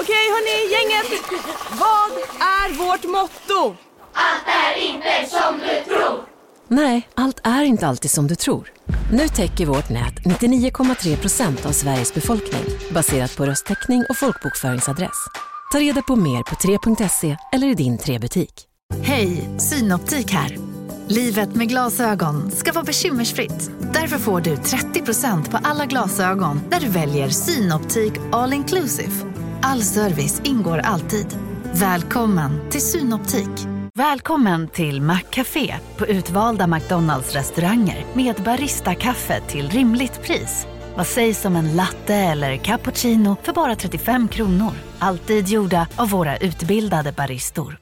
Okej, hörni, gänget. Vad är vårt motto? Allt är inte som du tror. Nej, allt är inte alltid som du tror. Nu täcker vårt nät 99,3% av Sveriges befolkning baserat på röstteckning och folkbokföringsadress. Ta reda på mer på 3.se eller i din 3-butik. Hej, Synoptik här. Livet med glasögon ska vara bekymmersfritt. Därför får du 30% på alla glasögon när du väljer Synoptik All Inclusive. All service ingår alltid. Välkommen till Synoptik. Välkommen till McCafé på utvalda McDonalds-restauranger med barista-kaffe till rimligt pris. Vad sägs om en latte eller cappuccino för bara 35 kronor? Alltid gjorda av våra utbildade baristor.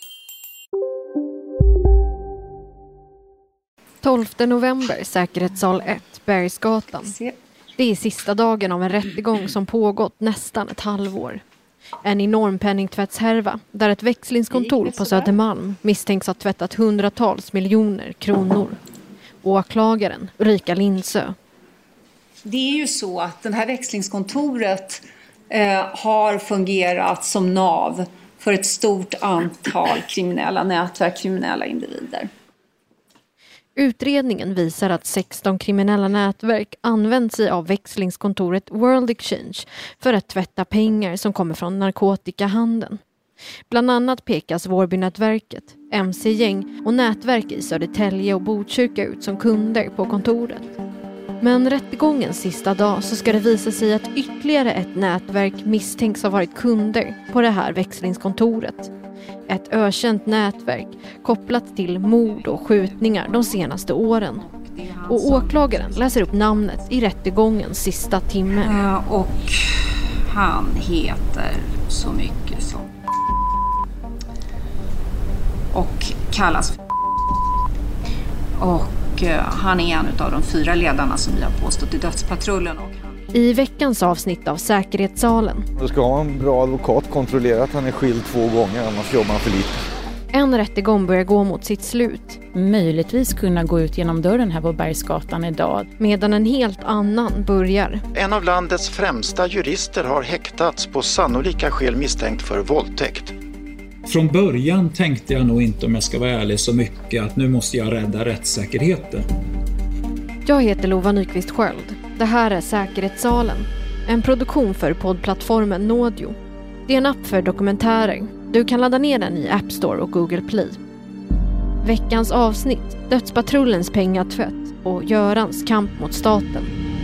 12 november, säkerhetssal 1, Bergsgatan. Det är sista dagen av en rättegång som pågått nästan ett halvår. En enorm penningtvättshärva där ett växlingskontor på Södermalm misstänks ha tvättat hundratals miljoner kronor. Åklagaren Ulrika Lindsö. Det är ju så att det här växlingskontoret har fungerat som nav för ett stort antal kriminella nätverk, kriminella individer. Utredningen visar att 16 kriminella nätverk använt sig av växlingskontoret World Exchange för att tvätta pengar som kommer från narkotikahandeln. Bland annat pekas Vårbynätverket, MC-gäng och nätverk i Södertälje och Botkyrka ut som kunder på kontoret. Men rättegångens sista dag så ska det visa sig att ytterligare ett nätverk misstänks ha varit kunder på det här växlingskontoret. Ett ökänt nätverk kopplat till mord och skjutningar de senaste åren. Och åklagaren läser upp namnet i rättegångens sista timme. Och han heter så mycket som... Och kallas... Och han är en av de 4 ledarna som vi har påstått i dödspatrullen. I veckans avsnitt av Säkerhetssalen. Du ska ha en bra advokat, kontrollera att han är skild 2 gånger, annars jobbar han för lite. En rättegång börjar gå mot sitt slut. Möjligtvis kunna gå ut genom dörren här på Bergsgatan idag. Medan en helt annan börjar. En av landets främsta jurister har häktats på sannolika skäl misstänkt för våldtäkt. Från början tänkte jag nog inte, om jag ska vara ärlig, så mycket att nu måste jag rädda rättssäkerheten. Jag heter Lova Nyqvist Sköld. Det här är Säkerhetssalen. En produktion för poddplattformen Nådio. Det är en app för dokumentärer. Du kan ladda ner den i App Store och Google Play. Veckans avsnitt, Dödspatrullens pengatvätt och Görans kamp mot staten.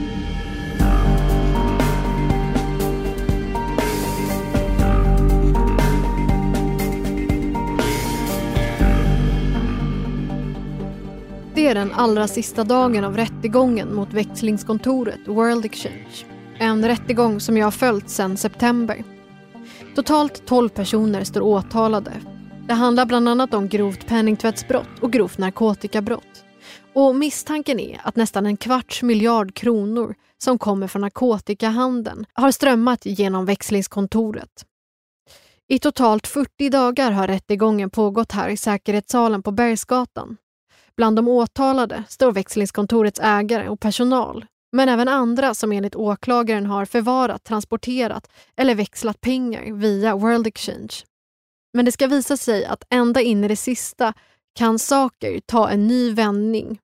Det är den allra sista dagen av rättegången mot växlingskontoret World Exchange. En rättegång som jag har följt sedan september. Totalt 12 personer står åtalade. Det handlar bland annat om grovt penningtvättsbrott och grovt narkotikabrott. Och misstanken är att nästan 250 miljarder kronor som kommer från narkotikahandeln har strömmat genom växlingskontoret. I totalt 40 dagar har rättegången pågått här i Säkerhetssalen på Bergsgatan. Bland de åtalade står växlingskontorets ägare och personal, men även andra som enligt åklagaren har förvarat, transporterat eller växlat pengar via World Exchange. Men det ska visa sig att ända in i det sista kan saker ta en ny vändning.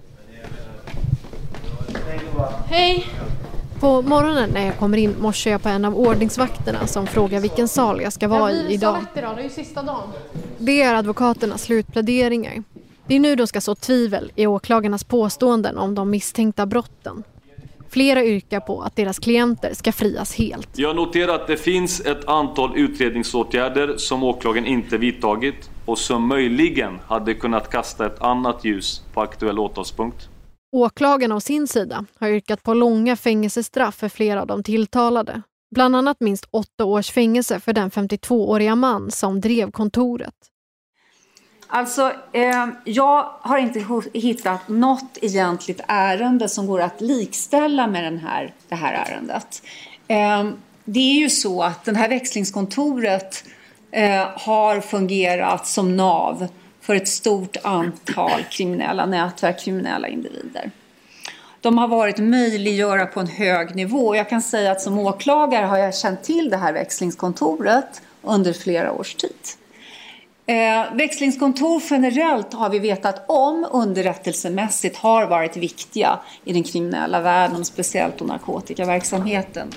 Hej! På morgonen när jag kommer in morsar jag på en av ordningsvakterna som frågar vilken sal jag ska vara i idag. Det är ju sista dagen. Det är advokaternas slutpläderingar. Det är nu de ska så tvivel i åklagarnas påståenden om de misstänkta brotten. Flera yrkar på att deras klienter ska frias helt. Jag noterar att det finns ett antal utredningsåtgärder som åklagaren inte vidtagit och som möjligen hade kunnat kasta ett annat ljus på aktuell åtalspunkt. Åklagarna å sin sida har yrkat på långa fängelsestraff för flera av de tilltalade. Bland annat minst 8 års fängelse för den 52-åriga man som drev kontoret. Alltså, jag har inte hittat något egentligt ärende som går att likställa med det här ärendet. Det är ju så att det här växlingskontoret har fungerat som nav för ett stort antal kriminella nätverk, kriminella individer. de har varit möjliggöra på en hög nivå. Jag kan säga att som åklagare har jag känt till det här växlingskontoret under flera års tid. Växlingskontor generellt har vi vetat om underrättelsemässigt har varit viktiga i den kriminella världen, speciellt och narkotikaverksamheten.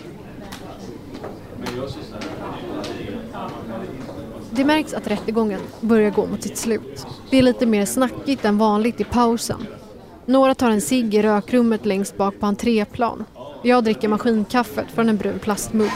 Det märks att rättegången börjar gå mot sitt slut. Det är lite mer snackigt än vanligt i pausen. Några tar en cigg i rökrummet längst bak på entréplan. Jag dricker maskinkaffet från en brun plastmugg.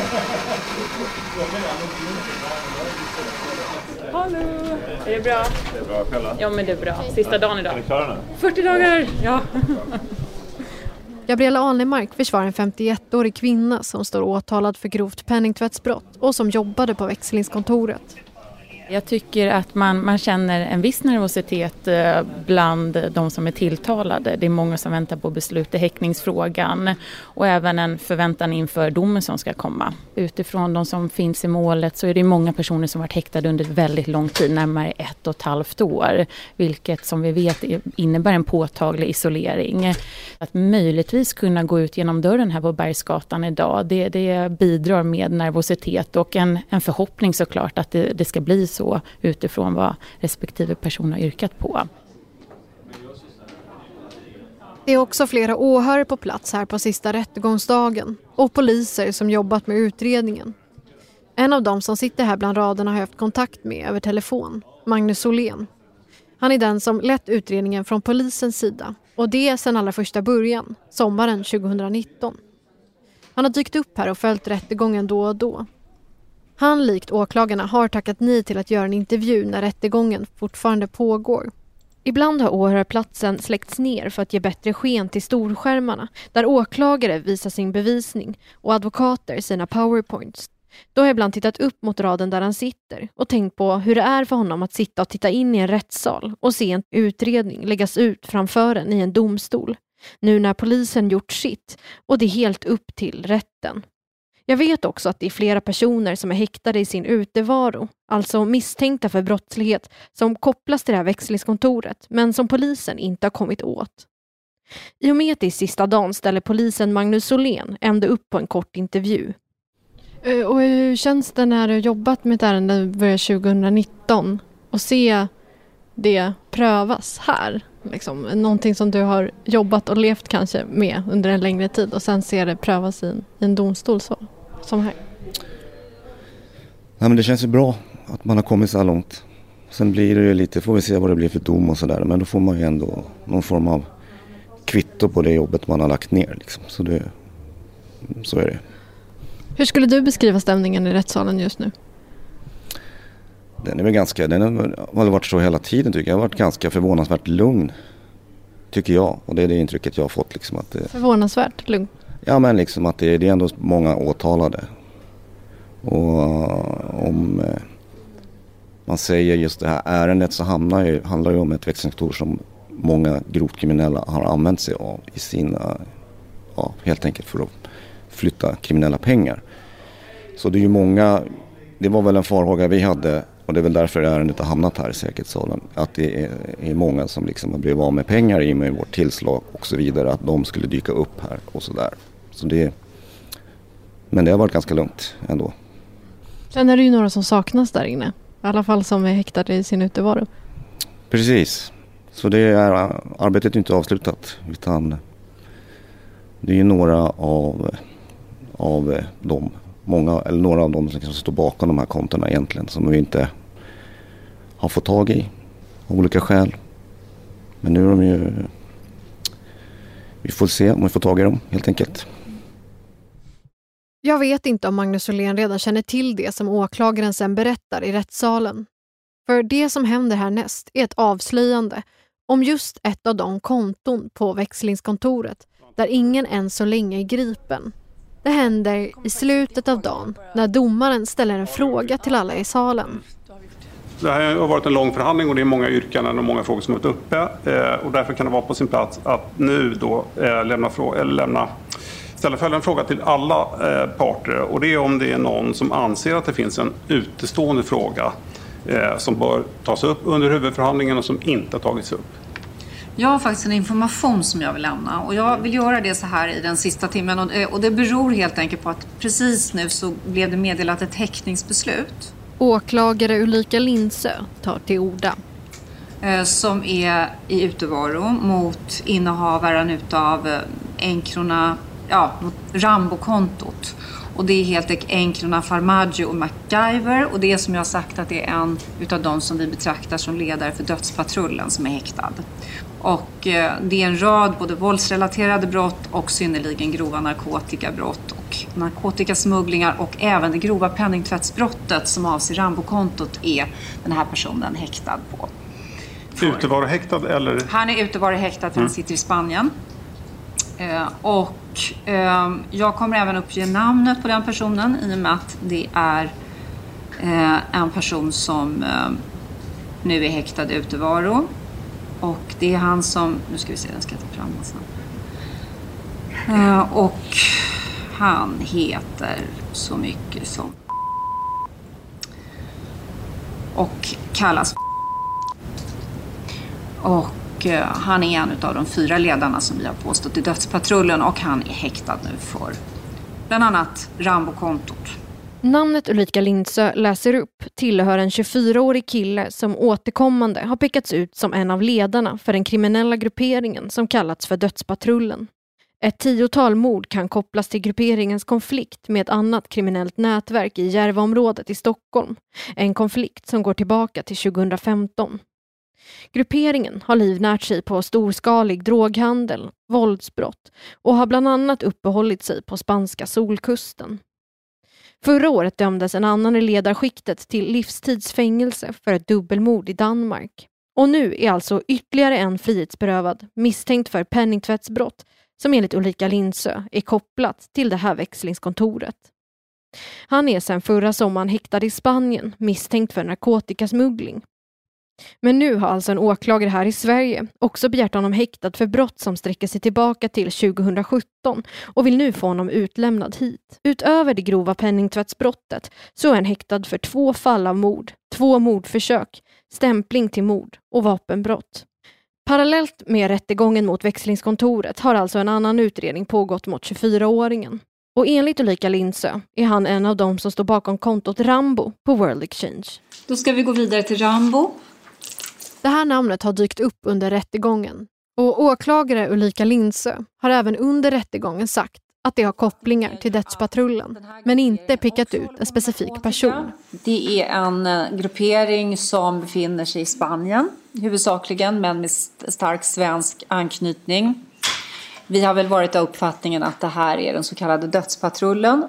Hallå! Är det bra? Det är bra själva. Ja, men det är bra. Sista dagen idag. Är ni klara nu? 40 dagar! Ja. Gabriella Arnemark försvarar en 51-årig kvinna som står åtalad för grovt penningtvättsbrott och som jobbade på växlingskontoret. Jag tycker att man känner en viss nervositet bland de som är tilltalade. Det är många som väntar på beslut i häktningsfrågan och även en förväntan inför domen som ska komma. Utifrån de som finns i målet så är det många personer som varit häktade under väldigt lång tid, närmare 1,5 år. Vilket som vi vet innebär en påtaglig isolering. Att möjligtvis kunna gå ut genom dörren här på Bergsgatan idag, det bidrar med nervositet och en förhoppning såklart att det ska bli så utifrån vad respektive person har yrkat på. Det är också flera åhörare på plats här på sista rättegångsdagen och poliser som jobbat med utredningen. En av dem som sitter här bland raderna har jag haft kontakt med över telefon, Magnus Solén. Han är den som lett utredningen från polisens sida och det sedan allra första början, sommaren 2019. Han har dykt upp här och följt rättegången då och då. Han likt åklagarna har tackat nej till att göra en intervju när rättegången fortfarande pågår. Ibland har åhörarplatsen släckts ner för att ge bättre sken till storskärmarna där åklagare visar sin bevisning och advokater sina powerpoints. Då har jag ibland tittat upp mot raden där han sitter och tänkt på hur det är för honom att sitta och titta in i en rättssal och se en utredning läggas ut framför en i en domstol. Nu när polisen gjort sitt och det är helt upp till rätten. Jag vet också att det är flera personer som är häktade i sin utevaro, alltså misstänkta för brottslighet som kopplas till det här växlingskontoret, men som polisen inte har kommit åt. I och med att det är sista dagen ställer polisen Magnus Solén ändå upp på en kort intervju. Och hur känns det när du jobbat med ett ärende början 2019 och se det prövas här? Liksom, någonting som du har jobbat och levt kanske med under en längre tid och sen ser det prövas i en domstol som här. Nej, men det känns ju bra att man har kommit så här långt. Sen blir det ju lite, får vi se vad det blir för dom och sådär. Men då får man ju ändå någon form av kvitto på det jobbet man har lagt ner. Liksom. Så är det. Hur skulle du beskriva stämningen i rättssalen just nu? Den har varit så hela tiden tycker jag. har varit ganska förvånansvärt lugn, tycker jag. Och det är det intrycket jag har fått. Liksom, att förvånansvärt lugn? Ja, men liksom att det är ändå många åtalade. Och om man säger just det här ärendet så handlar det om ett växlingskontor som många grovt kriminella har använt sig av i sina, helt enkelt för att flytta kriminella pengar. Så det är ju många, det var väl en farhåga vi hade. Och det är väl därför ärendet har hamnat här i säkerhetssalen. Att det är många som liksom har blivit av med pengar i med vårt tillslag och så vidare. Att de skulle dyka upp här och sådär. Men det har varit ganska lugnt ändå. Sen är det ju några som saknas där inne. I alla fall som är häktade i sin utevaro. Precis. Så arbetet är inte avslutat. Utan det är ju några av dem. Några av dem som står bakom de här kontona egentligen som vi inte har fått tag i av olika skäl. Men nu är de ju, vi får se om vi får tag i dem helt enkelt. Jag vet inte om Magnus Solén redan känner till det som åklagaren sen berättar i rättssalen. För det som händer härnäst är ett avslöjande om just ett av de konton på växlingskontoret där ingen än så länge är gripen. Det händer i slutet av dagen när domaren ställer en fråga till alla i salen. Det här har varit en lång förhandling och det är många yrkanden och många frågor som är uppe. Och därför kan det vara på sin plats att nu då ställa följande fråga till alla parter. Och det är om det är någon som anser att det finns en utestående fråga som bör tas upp under huvudförhandlingen och som inte har tagits upp. Jag har faktiskt en information som jag vill lämna och jag vill göra det så här i den sista timmen och det beror helt enkelt på att precis nu så blev det meddelat ett häktningsbeslut. Åklagare Ulrika Lindsö tar till orda. Som är i utevaro mot innehavaren utav Enkrona, mot Rambo-kontot. Och det är helt enkelt Enkrona, Farmaggio och MacGyver. Och det är som jag har sagt att det är en utav de som vi betraktar som ledare för dödspatrullen som är häktad. Och det är en rad både våldsrelaterade brott och synnerligen grova narkotikabrott och narkotikasmugglingar och även det grova penningtvättsbrottet som avser Rambo-kontot är den här personen häktad på. Utevarohäktad eller? Han är utevarohäktad för han sitter i Spanien. Jag kommer även uppge namnet på den personen i och med att det är en person som nu är häktad i utevaro. Och det är han som, nu ska vi se, den ska jag ta fram sen. Och han heter så mycket som och kallas och han är en av de 4 ledarna som vi har påstått i dödspatrullen och han är häktad nu för bland annat Rambo-kontot. Namnet Ulrika Lindsö läser upp tillhör en 24-årig kille som återkommande har pekats ut som en av ledarna för den kriminella grupperingen som kallats för dödspatrullen. Ett 10-tal mord kan kopplas till grupperingens konflikt med ett annat kriminellt nätverk i Järvaområdet i Stockholm. En konflikt som går tillbaka till 2015. Grupperingen har livnärt sig på storskalig droghandel, våldsbrott och har bland annat uppehållit sig på spanska solkusten. Förra året dömdes en annan i ledarskiktet till livstidsfängelse för ett dubbelmord i Danmark. Och nu är alltså ytterligare en frihetsberövad misstänkt för penningtvättsbrott som enligt Ulrika Lindsö är kopplat till det här växlingskontoret. Han är sedan förra sommaren häktad i Spanien misstänkt för narkotikasmuggling. Men nu har alltså en åklagare här i Sverige också begärt honom häktad för brott som sträcker sig tillbaka till 2017 och vill nu få honom utlämnad hit. Utöver det grova penningtvättsbrottet så är han häktad för 2 fall av mord, 2 mordförsök, stämpling till mord och vapenbrott. Parallellt med rättegången mot växlingskontoret har alltså en annan utredning pågått mot 24-åringen. Och enligt Ulrika Lindsö är han en av dem som står bakom kontot Rambo på World Exchange. Då ska vi gå vidare till Rambo. Det här namnet har dykt upp under rättegången och åklagare Ulrika Lindsö har även under rättegången sagt att det har kopplingar till dödspatrullen men inte pekat ut en specifik person. Det är en gruppering som befinner sig i Spanien huvudsakligen men med stark svensk anknytning. Vi har väl varit av uppfattningen att det här är den så kallade dödspatrullen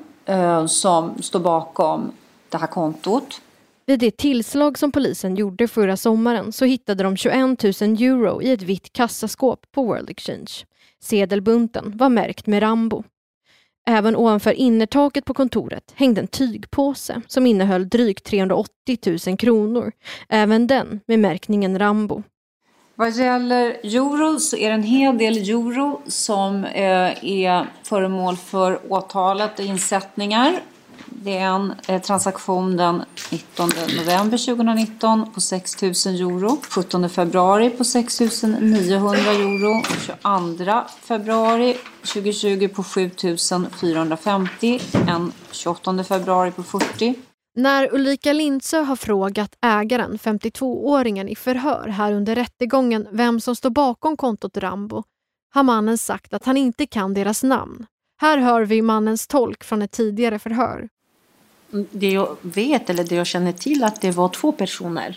som står bakom det här kontot. Vid det tillslag som polisen gjorde förra sommaren så hittade de 21 000 euro i ett vitt kassaskåp på World Exchange. Sedelbunten var märkt med Rambo. Även ovanför innertaket på kontoret hängde en tygpåse som innehöll drygt 380 000 kronor. Även den med märkningen Rambo. Vad gäller euro så är det en hel del euro som är föremål för åtalet och insättningar. Det är en transaktion den 19 november 2019 på 6 000 euro, 17 februari på 6 900 euro, 22 februari 2020 på 7 450, en 28 februari på 40. När Ulrika Lindsö har frågat ägaren, 52-åringen i förhör här under rättegången vem som står bakom kontot Rambo, har mannen sagt att han inte kan deras namn. Här hör vi mannens tolk från ett tidigare förhör. Det jag vet eller det jag känner till att det var 2 personer.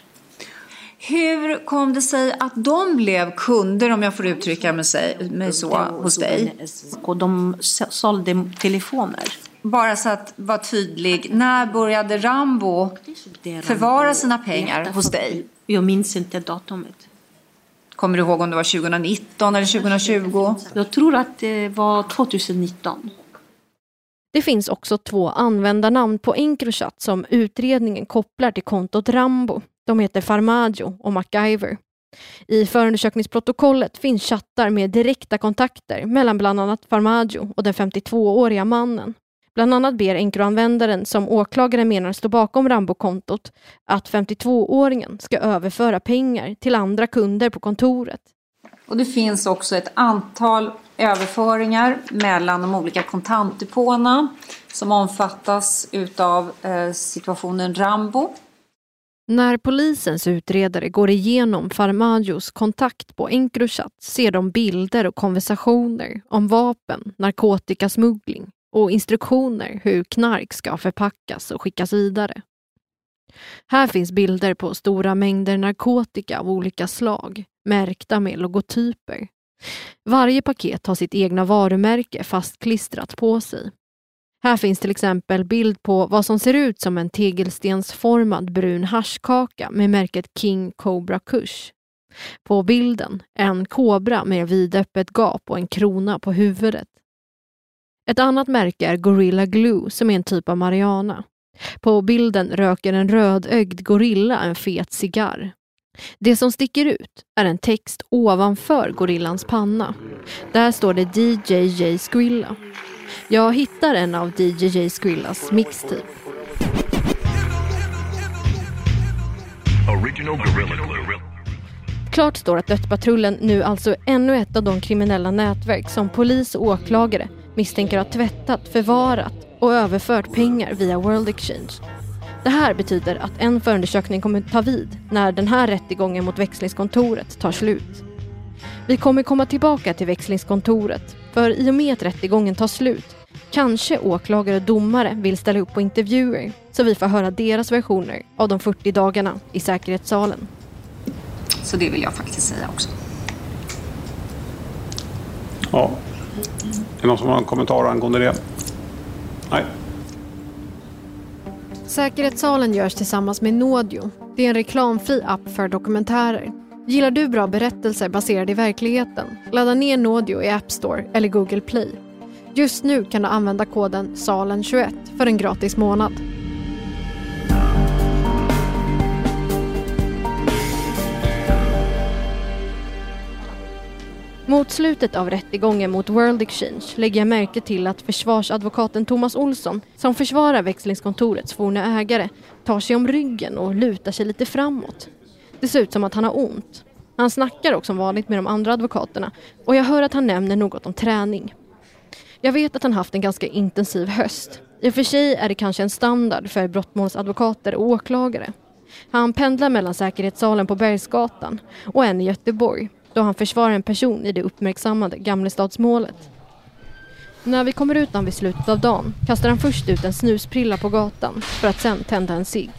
Hur kom det sig att de blev kunder, om jag får uttrycka mig så, hos dig? Och de sålde telefoner. Bara så att vara tydlig, när började Rambo förvara sina pengar hos dig? Jag minns inte datumet. Kommer du ihåg om det var 2019 eller 2020? Jag tror att det var 2019. Det finns också 2 användarnamn på Encrochat som utredningen kopplar till kontot Rambo. De heter Farmaggio och MacGyver. I förundersökningsprotokollet finns chattar med direkta kontakter mellan bland annat Farmaggio och den 52-åriga mannen. Bland annat ber Encro-användaren som åklagaren menar står bakom Rambo-kontot att 52-åringen ska överföra pengar till andra kunder på kontoret. Och det finns också ett antal överföringar mellan de olika kontantdepåerna som omfattas utav situationen Rambo. När polisens utredare går igenom Farmajos kontakt på Encrochat ser de bilder och konversationer om vapen, narkotikasmuggling och instruktioner hur knark ska förpackas och skickas vidare. Här finns bilder på stora mängder narkotika av olika slag, märkta med logotyper. Varje paket har sitt egna varumärke fastklistrat på sig. Här finns till exempel bild på vad som ser ut som en tegelstensformad brun haschkaka med märket King Cobra Kush. På bilden en kobra med vidöppet gap och en krona på huvudet. Ett annat märke är Gorilla Glue som är en typ av marijuana. På bilden röker en rödögd gorilla en fet cigarr. Det som sticker ut är en text ovanför gorillans panna. Där står det DJ Skrilla. Jag hittar en av DJ Skrillas mixtape. Klart står att Dödspatrullen nu alltså är ännu ett av de kriminella nätverk som polis och åklagare misstänker ha tvättat, förvarat och överfört pengar via World Exchange. Det här betyder att en förundersökning kommer ta vid när den här rättegången mot växlingskontoret tar slut. Vi kommer komma tillbaka till växlingskontoret, för i och med att rättegången tar slut kanske åklagare och domare vill ställa upp på intervjuer så vi får höra deras versioner av de 40 dagarna i säkerhetssalen. Så det vill jag faktiskt säga också. Ja. Är det någon som har en kommentar angående det? Nej. Säkerhetssalen görs tillsammans med Nodio. Det är en reklamfri app för dokumentärer. Gillar du bra berättelser baserade i verkligheten? Ladda ner Nodio i App Store eller Google Play. Just nu kan du använda koden SALEN21 för en gratis månad. Mot slutet av rättegången mot World Exchange lägger jag märke till att försvarsadvokaten Thomas Olsson, som försvarar växlingskontorets forna ägare, tar sig om ryggen och lutar sig lite framåt. Det ser ut som att han har ont. Han snackar också som vanligt med de andra advokaterna och jag hör att han nämner något om träning. Jag vet att han haft en ganska intensiv höst. I och för sig är det kanske en standard för brottmålsadvokater och åklagare. Han pendlar mellan säkerhetssalen på Bergsgatan och en i Göteborg, då han försvarar en person i det uppmärksammade Gamlestadsmålet. När vi kommer ut vid slutet av dagen kastar han först ut en snusprilla på gatan för att sen tända en cigg.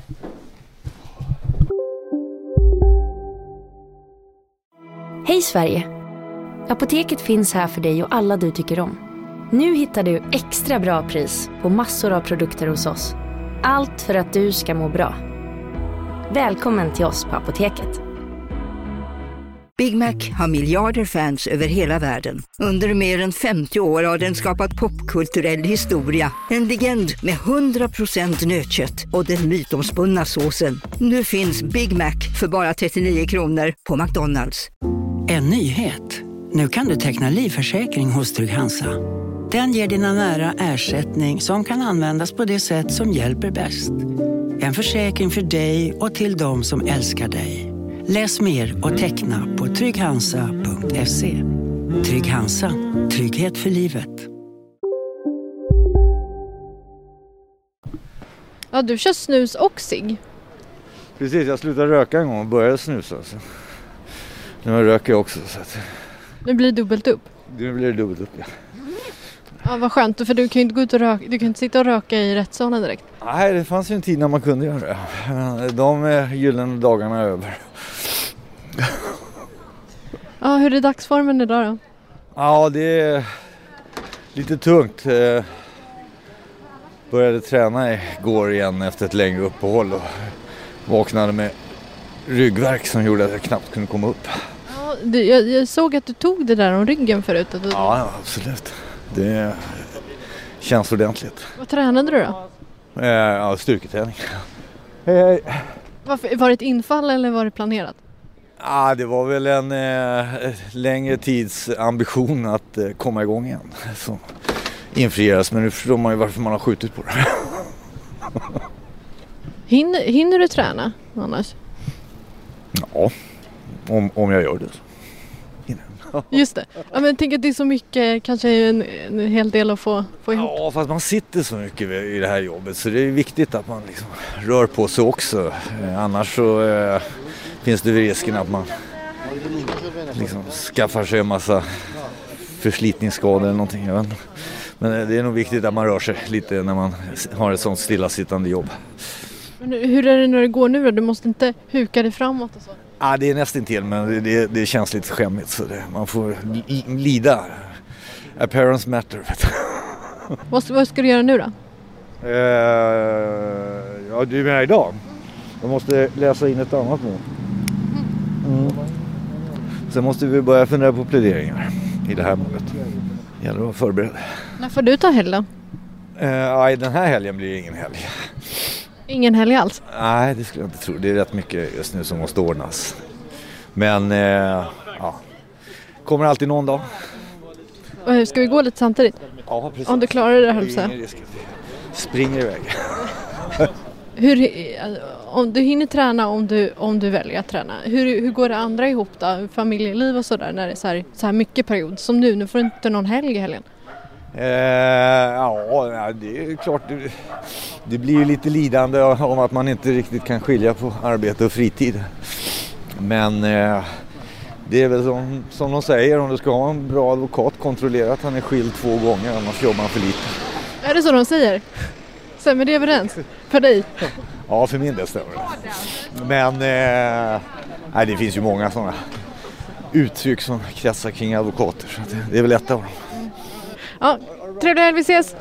Hej Sverige! Apoteket finns här för dig och alla du tycker om. Nu hittar du extra bra pris på massor av produkter hos oss. Allt för att du ska må bra. Välkommen till oss på Apoteket. Big Mac har miljarder fans över hela världen. Under mer än 50 år har den skapat popkulturell historia. En legend med 100% nötkött och den mytomspunna såsen. Nu finns Big Mac för bara 39 kronor på McDonalds. En nyhet. Nu kan du teckna livförsäkring hos Trygg-Hansa. Den ger dina nära ersättning som kan användas på det sätt som hjälper bäst. En försäkring för dig och till de som älskar dig. Läs mer och teckna på trygghansa.se. Trygg-Hansa. Trygghet för livet. Ja, du kör snus och cigg. Precis, jag slutade röka en gång och började snusa. Så. Nu röker jag också. Så att... Nu blir det dubbelt upp. Nu blir det dubbelt upp, ja. Ja, vad skönt, för du kan ju inte gå ut och röka. Du kan inte sitta och röka i rättssalen direkt. Nej, det fanns ju en tid när man kunde göra det. De gyllene dagarna är över. Ja, hur är dagsformen idag då? Ja, det är lite tungt. Började träna igår igen efter ett längre uppehåll och vaknade med ryggvärk som gjorde att jag knappt kunde komma upp. Ja, jag såg att du tog det där om ryggen förut. Ja, absolut. Det känns ordentligt. Vad tränade du då? Ja, styrketräning. Hej. Var det ett infall eller var det planerat? Ja, det var väl en längre tids ambition att komma igång igen. Så infrieras, men nu förstår man ju varför man har skjutit på det. Hinner du träna annars? Ja, om jag gör det så. Just det. Ja, men jag tänker att det är så mycket, kanske en hel del att få ihop. Ja, fast man sitter så mycket i det här jobbet så det är viktigt att man liksom rör på sig också. Annars så finns det risken att man liksom skaffar sig en massa förslitningsskador eller någonting. Men det är nog viktigt att man rör sig lite när man har ett sånt stillasittande jobb. Men hur är det när det går nu då? Du måste inte huka dig framåt och så? Ja, det är nästan till, men det känns lite skämmigt så man får lida. Appearance matter. Vad ska du göra nu då? Ja, du menar idag? Jag måste läsa in ett annat mål. Sen måste vi börja fundera på pläderingar i det här målet. Det gäller att vara förberedd. När får du ta helg då? Den här helgen blir det ingen helg. Ingen helg alls? Nej, det skulle jag inte tro. Det är rätt mycket just nu som måste ordnas. Men kommer alltid någon dag. Ska vi gå lite samtidigt? Ja, precis. Om du klarar det här, det är ingen risk. Springer iväg. Om du hinner träna, om du väljer att träna. Hur går det andra ihop då? Familjeliv och sådär när det är så här mycket period som nu. Nu får du inte någon helg i helgen. Ja, det är klart. Det blir ju lite lidande om att man inte riktigt kan skilja på arbete och fritid. Men det är väl som de säger, om du ska ha en bra advokat, kontrollera att han är skild 2 gånger, annars jobbar han för lite. Är det så de säger? Stämmer det överens för dig? Ja, för min del stämmer det. Men det finns ju många sådana uttryck som kretsar kring advokater, så det är väl ett av dem. Ja, trevlig helg, vi ses!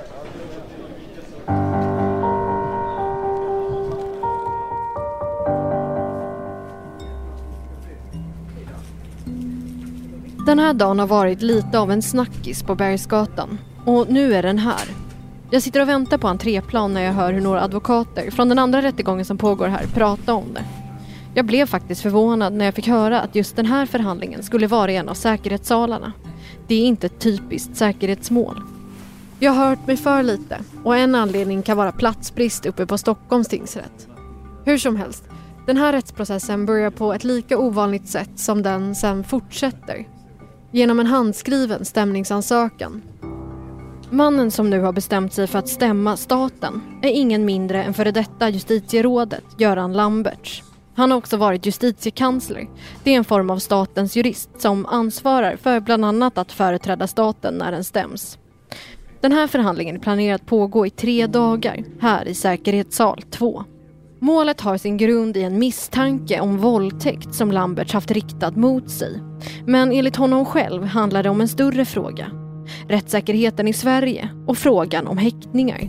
Den här dagen har varit lite av en snackis på Bergsgatan. Och nu är den här. Jag sitter och väntar på entréplan när jag hör hur några advokater från den andra rättegången som pågår här pratar om det. Jag blev faktiskt förvånad när jag fick höra att just den här förhandlingen skulle vara i en av säkerhetssalarna. Det är inte ett typiskt säkerhetsmål. Jag har hört mig för lite och en anledning kan vara platsbrist uppe på Stockholms tingsrätt. Hur som helst, den här rättsprocessen börjar på ett lika ovanligt sätt som den sen fortsätter. Genom en handskriven stämningsansökan. Mannen som nu har bestämt sig för att stämma staten är ingen mindre än före detta justitierådet Göran Lambertz. Han har också varit justitiekansler. Det är en form av statens jurist som ansvarar för bland annat att företräda staten när den stäms. Den här förhandlingen är planerad att pågå i 3 dagar här i säkerhetssal 2. Målet har sin grund i en misstanke om våldtäkt som Lambertz haft riktad mot sig. Men enligt honom själv handlar det om en större fråga. Rättssäkerheten i Sverige och frågan om häktningar.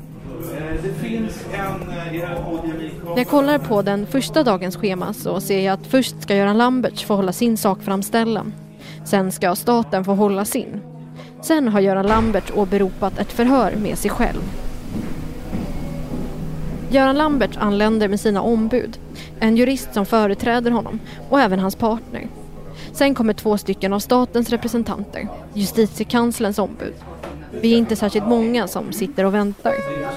När jag kollar på den första dagens schema så ser jag att först ska Göran Lambertz få hålla sin sakframställan. Sen ska staten få hålla sin. Sen har Göran Lambertz åberopat ett förhör med sig själv. Göran Lambertz anländer med sina ombud, en jurist som företräder honom och även hans partner. Sen kommer 2 stycken av statens representanter, justitiekanslerns ombud. Vi är inte särskilt många som sitter och väntar.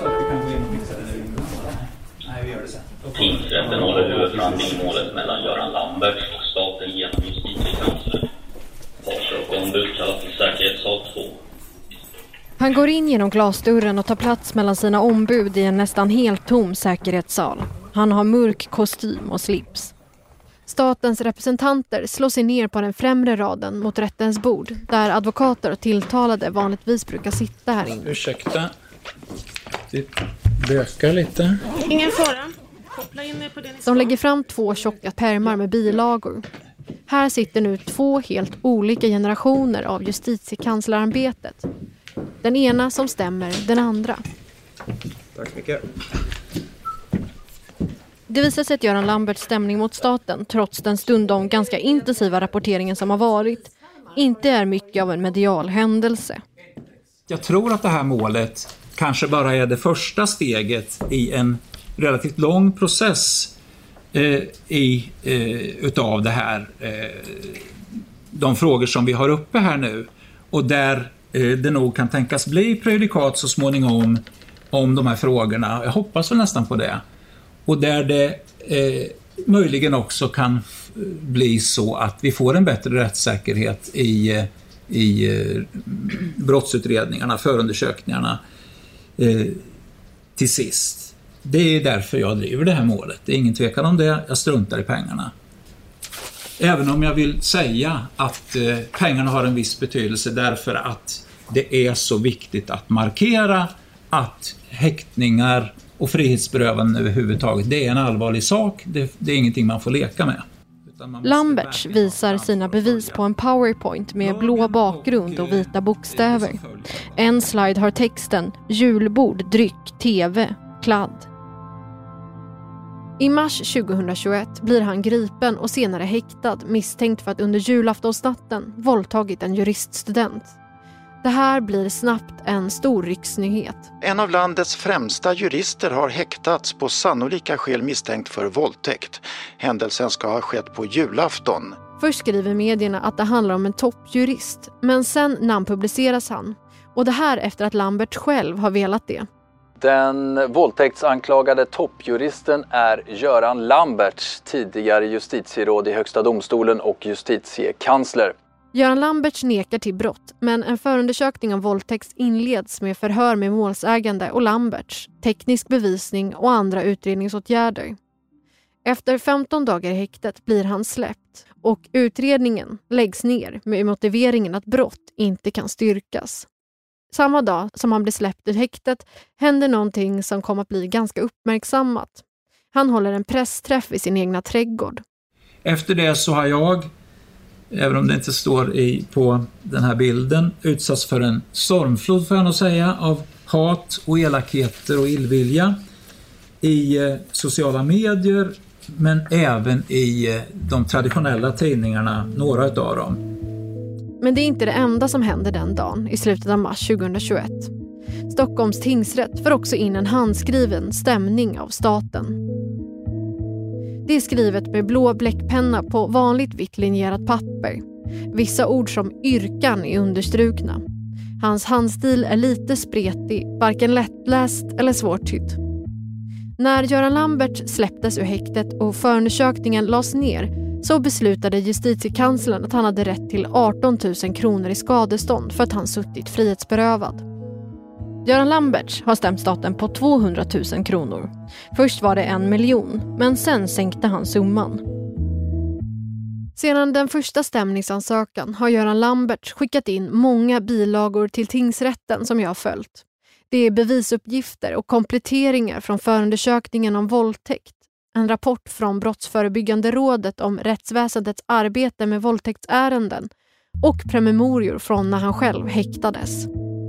Tingsrätten håller huvudförhandling i målet mellan Göran Lambertz och staten genom justitiekanslern. Parter och ombud kallas till säkerhetssal 2. Han går in genom glasdörren och tar plats mellan sina ombud i en nästan helt tom säkerhetssal. Han har mörk kostym och slips. Statens representanter slår sig ner på den främre raden mot rättens bord, där advokater och tilltalade vanligtvis brukar sitta här inne. Ursäkta, det bökar lite. Ingen fara. Koppla in er på det ni De lägger fram 2 tjocka pärmar med bilagor. Här sitter nu 2 helt olika generationer av justitiekanslerarbetet. Den ena som stämmer den andra. Tack så mycket. Det visar sig att Göran Lambertz stämning mot staten, trots den stundom ganska intensiva rapporteringen som har varit, inte är mycket av en medial händelse. Jag tror att det här målet kanske bara är det första steget i en relativt lång process utav det här, de frågor som vi har uppe här nu, och där det nog kan tänkas bli prejudikat så småningom om de här frågorna. Jag hoppas väl nästan på det. Och där det möjligen också kan bli så att vi får en bättre rättssäkerhet i brottsutredningarna, förundersökningarna till sist. Det är därför jag driver det här målet. Det är ingen tvekan om det. Jag struntar i pengarna. Även om jag vill säga att pengarna har en viss betydelse därför att det är så viktigt att markera att häktningar och frihetsberövanden överhuvudtaget, det är en allvarlig sak. Det är ingenting man får leka med. Lambertz visar sina bevis på en PowerPoint med blå bakgrund och vita bokstäver. En slide har texten julbord, dryck, tv, kladd. I mars 2021 blir han gripen och senare häktad misstänkt för att under julaftonsnatten våldtagit en juriststudent. Det här blir snabbt en stor riksnyhet. En av landets främsta jurister har häktats på sannolika skäl misstänkt för våldtäkt. Händelsen ska ha skett på julafton. Först skriver medierna att det handlar om en toppjurist, men sen namnpubliceras han. Och det här efter att Lambert själv har velat det. Den våldtäktsanklagade toppjuristen är Göran Lambertz, tidigare justitieråd i Högsta domstolen och justitiekansler. Göran Lambertz nekar till brott, men en förundersökning om våldtäkt inleds med förhör med målsägande och Lambertz, teknisk bevisning och andra utredningsåtgärder. Efter 15 dagar i häktet blir han släppt och utredningen läggs ner med motiveringen att brott inte kan styrkas. Samma dag som han blir släppt ur häktet händer någonting som kommer att bli ganska uppmärksammat. Han håller en pressträff i sin egna trädgård. Efter det så har jag, även om det inte står på den här bilden, utsatts för en stormflod, får jag nog säga, av hat och elakheter och illvilja i sociala medier, men även i de traditionella tidningarna, några av dem. Men det är inte det enda som händer den dagen i slutet av mars 2021. Stockholms tingsrätt får också in en handskriven stämning av staten. Det är skrivet med blå bläckpenna på vanligt vitt linjerat papper. Vissa ord som yrkan är understrukna. Hans handstil är lite spretig, varken lättläst eller svårtydd. När Göran Lambertz släpptes ur häktet och förundersökningen lades ner så beslutade justitiekanslern att han hade rätt till 18 000 kronor i skadestånd för att han suttit frihetsberövad. Göran Lambertz har stämt staten på 200 000 kronor. Först var det 1 miljon, men sen sänkte han summan. Sedan den första stämningsansökan har Göran Lambertz skickat in många bilagor till tingsrätten som jag har följt. Det är bevisuppgifter och kompletteringar från förundersökningen om våldtäkt. En rapport från Brottsförebyggande rådet om rättsväsendets arbete med våldtäktsärenden och promemorior från när han själv häktades.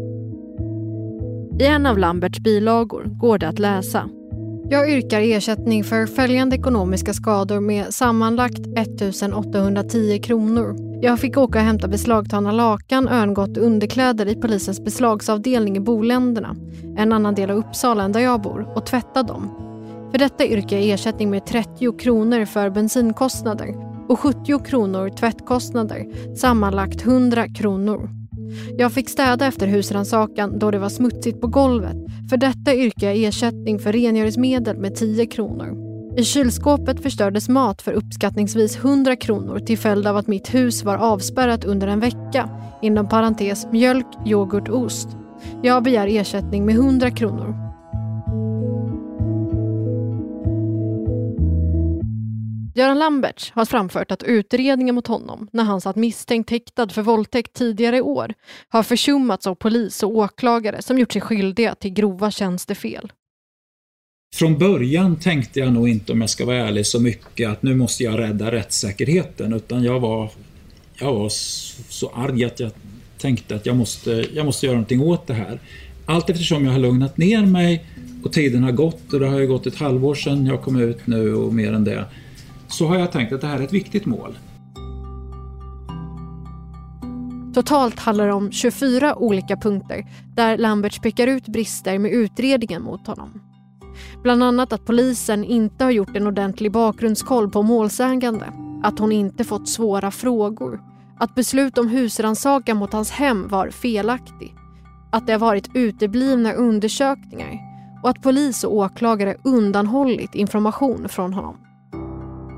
I en av Lamberts bilagor går det att läsa: Jag yrkar ersättning för följande ekonomiska skador med sammanlagt 1810 kronor. Jag fick åka och hämta beslagtagna lakan, örngott och underkläder i polisens beslagsavdelning i Boländerna, en annan del av Uppsala än där jag bor, och tvätta dem. För detta yrkar jag ersättning med 30 kronor för bensinkostnader och 70 kronor tvättkostnader, sammanlagt 100 kronor. Jag fick städa efter husrannsakan då det var smutsigt på golvet. För detta yrkar jag ersättning för rengöringsmedel med 10 kronor. I kylskåpet förstördes mat för uppskattningsvis 100 kronor till följd av att mitt hus var avspärrat under en vecka, inom parentes mjölk, yoghurt och ost. Jag begär ersättning med 100 kronor. Göran Lambertz har framfört att utredningen mot honom, när han satt misstänkt häktad för våldtäkt tidigare i år, har försummats av polis och åklagare som gjort sig skyldiga till grova tjänstefel. Från början tänkte jag nog inte, om jag ska vara ärlig, så mycket att nu måste jag rädda rättssäkerheten, utan jag var så arg att jag tänkte att jag måste göra någonting åt det här. Allt eftersom jag har lugnat ner mig och tiden har gått, och det har ju gått ett halvår sedan jag kom ut nu och mer än det, så har jag tänkt att det här är ett viktigt mål. Totalt handlar det om 24 olika punkter där Lambertz pekar ut brister med utredningen mot honom. Bland annat att polisen inte har gjort en ordentlig bakgrundskoll på målsägande, att hon inte fått svåra frågor, att beslut om husrannsakan mot hans hem var felaktig, att det har varit uteblivna undersökningar och att polis och åklagare undanhållit information från honom.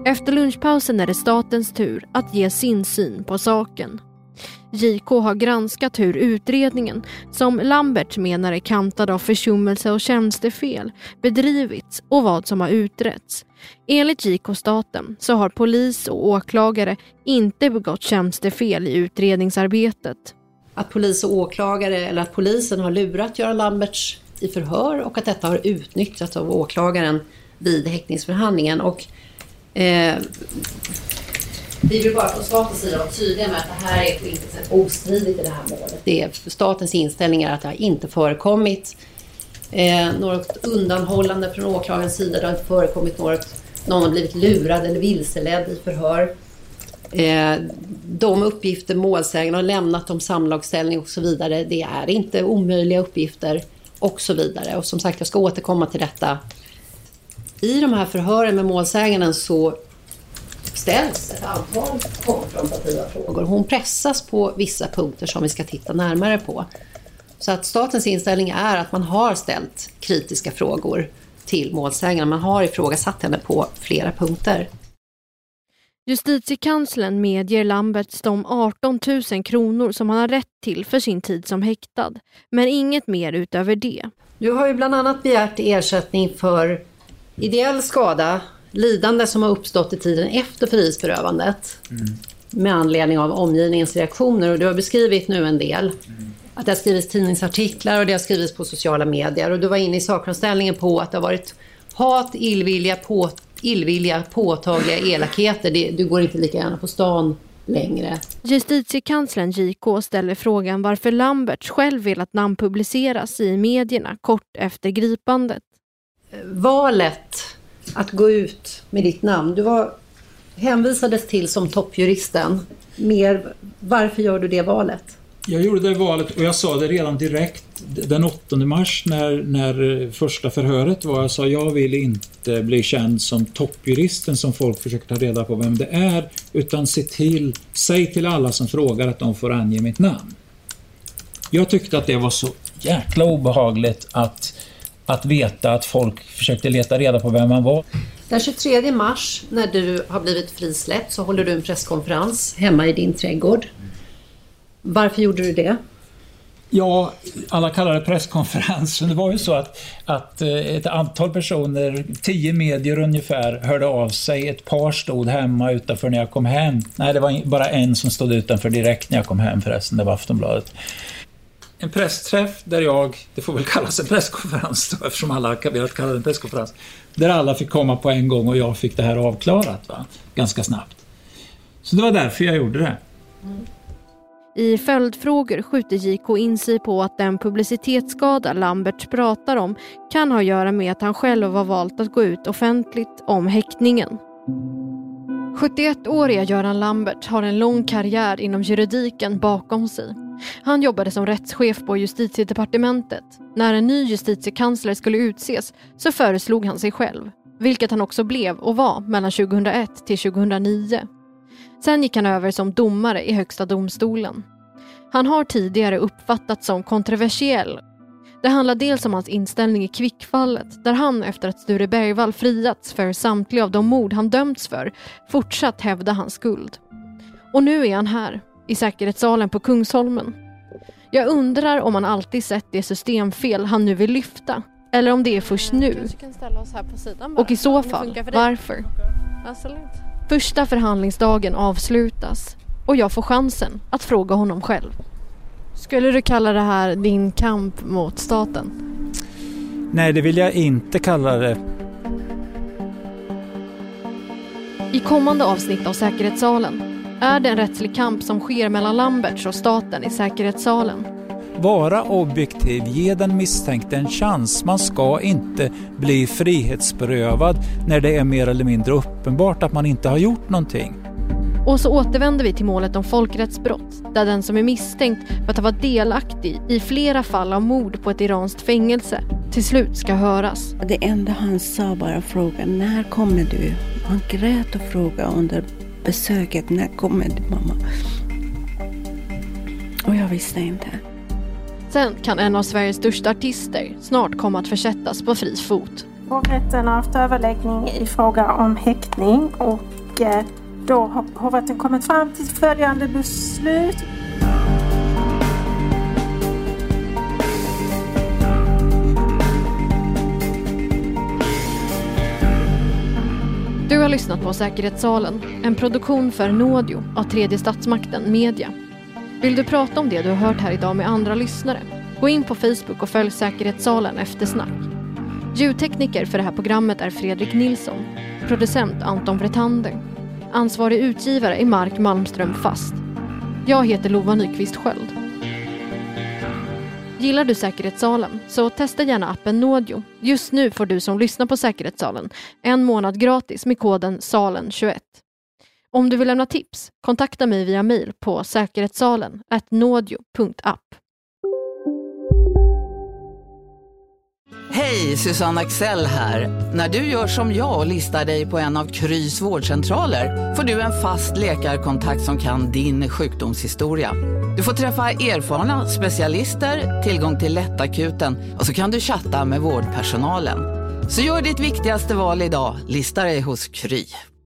Efter lunchpausen är det statens tur att ge sin syn på saken. JK har granskat hur utredningen, som Lambert menar är kantad av försummelse och tjänstefel, bedrivits och vad som har utretts. Enligt JK-staten så har polis och åklagare inte begått tjänstefel i utredningsarbetet. Att polis och åklagare eller att polisen har lurat Göran Lamberts i förhör och att detta har utnyttjats av åklagaren vid häktningsförhandlingen. Och vi vill bara från statens sida vara tydliga med att det här är på intet sätt ostridigt i det här målet. Det är statens inställning är att det har inte förekommit något undanhållande från åklagarens sida. Det har inte förekommit någon har blivit lurad eller vilseledd i förhör. De uppgifter målsägaren har lämnat om samlagsställning och så vidare, det är inte omöjliga uppgifter och så vidare. Och som sagt, jag ska återkomma till detta. I de här förhören med målsägaren så ställs ett antal konfrontativa frågor. Hon pressas på vissa punkter som vi ska titta närmare på. Så att statens inställning är att man har ställt kritiska frågor till målsägaren. Man har ifrågasatt henne på flera punkter. Justitiekanslern medger Lamberts de 18 000 kronor som han har rätt till för sin tid som häktad. Men inget mer utöver det. Du har ju bland annat begärt ersättning för ideell skada, lidande som har uppstått i tiden efter frihetsberövandet med anledning av omgivningens reaktioner. Och du har beskrivit nu en del. Att det har skrivits tidningsartiklar och det har skrivits på sociala medier. Och du var inne i sakframställningen på att det har varit hat, illvilja, påtagliga elakheter. Du går inte lika gärna på stan längre. Justitiekanslern JK ställer frågan varför Lambert själv vill att namn publiceras i medierna kort efter gripandet. Valet att gå ut med ditt namn. Du hänvisades till som toppjuristen. Varför gör du det valet? Jag gjorde det valet och jag sa det redan direkt den 8 mars när första förhöret var. Jag sa jag vill inte bli känd som toppjuristen som folk försöker ta reda på vem det är, utan säg till alla som frågar att de får ange mitt namn. Jag tyckte att det var så jäkla obehagligt att veta att folk försökte leta reda på vem man var. Den 23 mars när du har blivit frisläppt så håller du en presskonferens hemma i din trädgård. Varför gjorde du det? Ja, alla kallar det presskonferens. Det var ju så att ett antal personer, 10 medier ungefär, hörde av sig. Ett par stod hemma utanför när jag kom hem. Nej, det var bara en som stod utanför direkt när jag kom hem förresten. Det var Aftonbladet. En pressträff där det får väl kallas en presskonferens då, eftersom alla har velat kalla det en presskonferens. Där alla fick komma på en gång och jag fick det här avklarat ganska snabbt. Så det var därför jag gjorde det. I följdfrågor skjuter JK in sig på att den publicitetsskada Lambert pratar om kan ha att göra med att han själv har valt att gå ut offentligt om häktningen. 71-åriga Göran Lambert har en lång karriär inom juridiken bakom sig. Han jobbade som rättschef på Justitiedepartementet. När en ny justitiekansler skulle utses så föreslog han sig själv, vilket han också blev och var mellan 2001 till 2009. Sen gick han över som domare i Högsta domstolen. Han har tidigare uppfattats som kontroversiell. Det handlar dels om hans inställning i Kvickfallet, där han efter att Sture Bergvall friats för samtliga av de mord han dömts för fortsatt hävda hans skuld. Och nu är han här, i säkerhetssalen på Kungsholmen. Jag undrar om han alltid sett det systemfel han nu vill lyfta, eller om det är först nu. Och i så fall, varför? Första förhandlingsdagen avslutas och jag får chansen att fråga honom själv. Skulle du kalla det här din kamp mot staten? Nej, det vill jag inte kalla det. I kommande avsnitt av Säkerhetssalen är det en rättslig kamp som sker mellan Lamberts och staten i säkerhetssalen. Vara objektiv, ge den misstänkte en chans. Man ska inte bli frihetsberövad när det är mer eller mindre uppenbart att man inte har gjort någonting. Och så återvänder vi till målet om folkrättsbrott, där den som är misstänkt för att ha varit delaktig i flera fall av mord på ett iranskt fängelse till slut ska höras. Det enda han sa bara fråga, när kommer du? Han grät och frågade under besöket, när kommer du mamma? Och jag visste inte. Sen kan en av Sveriges största artister snart komma att försättas på fri fot. Hovrätten har haft överläggning i fråga om häktning och då har hovrätten kommit fram till följande beslut. Du har lyssnat på Säkerhetssalen, en produktion för Nådio av Tredje Statsmakten Media. Vill du prata om det du har hört här idag med andra lyssnare? Gå in på Facebook och följ Säkerhetssalen Eftersnack. Ljudtekniker för det här programmet är Fredrik Nilsson. Producent Anton Vretander. Ansvarig utgivare är Mark Malmström Fast. Jag heter Lova Nyqvist Sköld. Gillar du Säkerhetssalen så testa gärna appen Nådio. Just nu får du som lyssnar på Säkerhetssalen 1 månad gratis med koden SALEN21. Om du vill lämna tips, kontakta mig via mail på säkerhetssalen@nådio.app. Hej, Susanne Axel här. När du gör som jag och listar dig på en av Krys vårdcentraler får du en fast läkarkontakt som kan din sjukdomshistoria. Du får träffa erfarna specialister, tillgång till lättakuten och så kan du chatta med vårdpersonalen. Så gör ditt viktigaste val idag, lista dig hos Kry.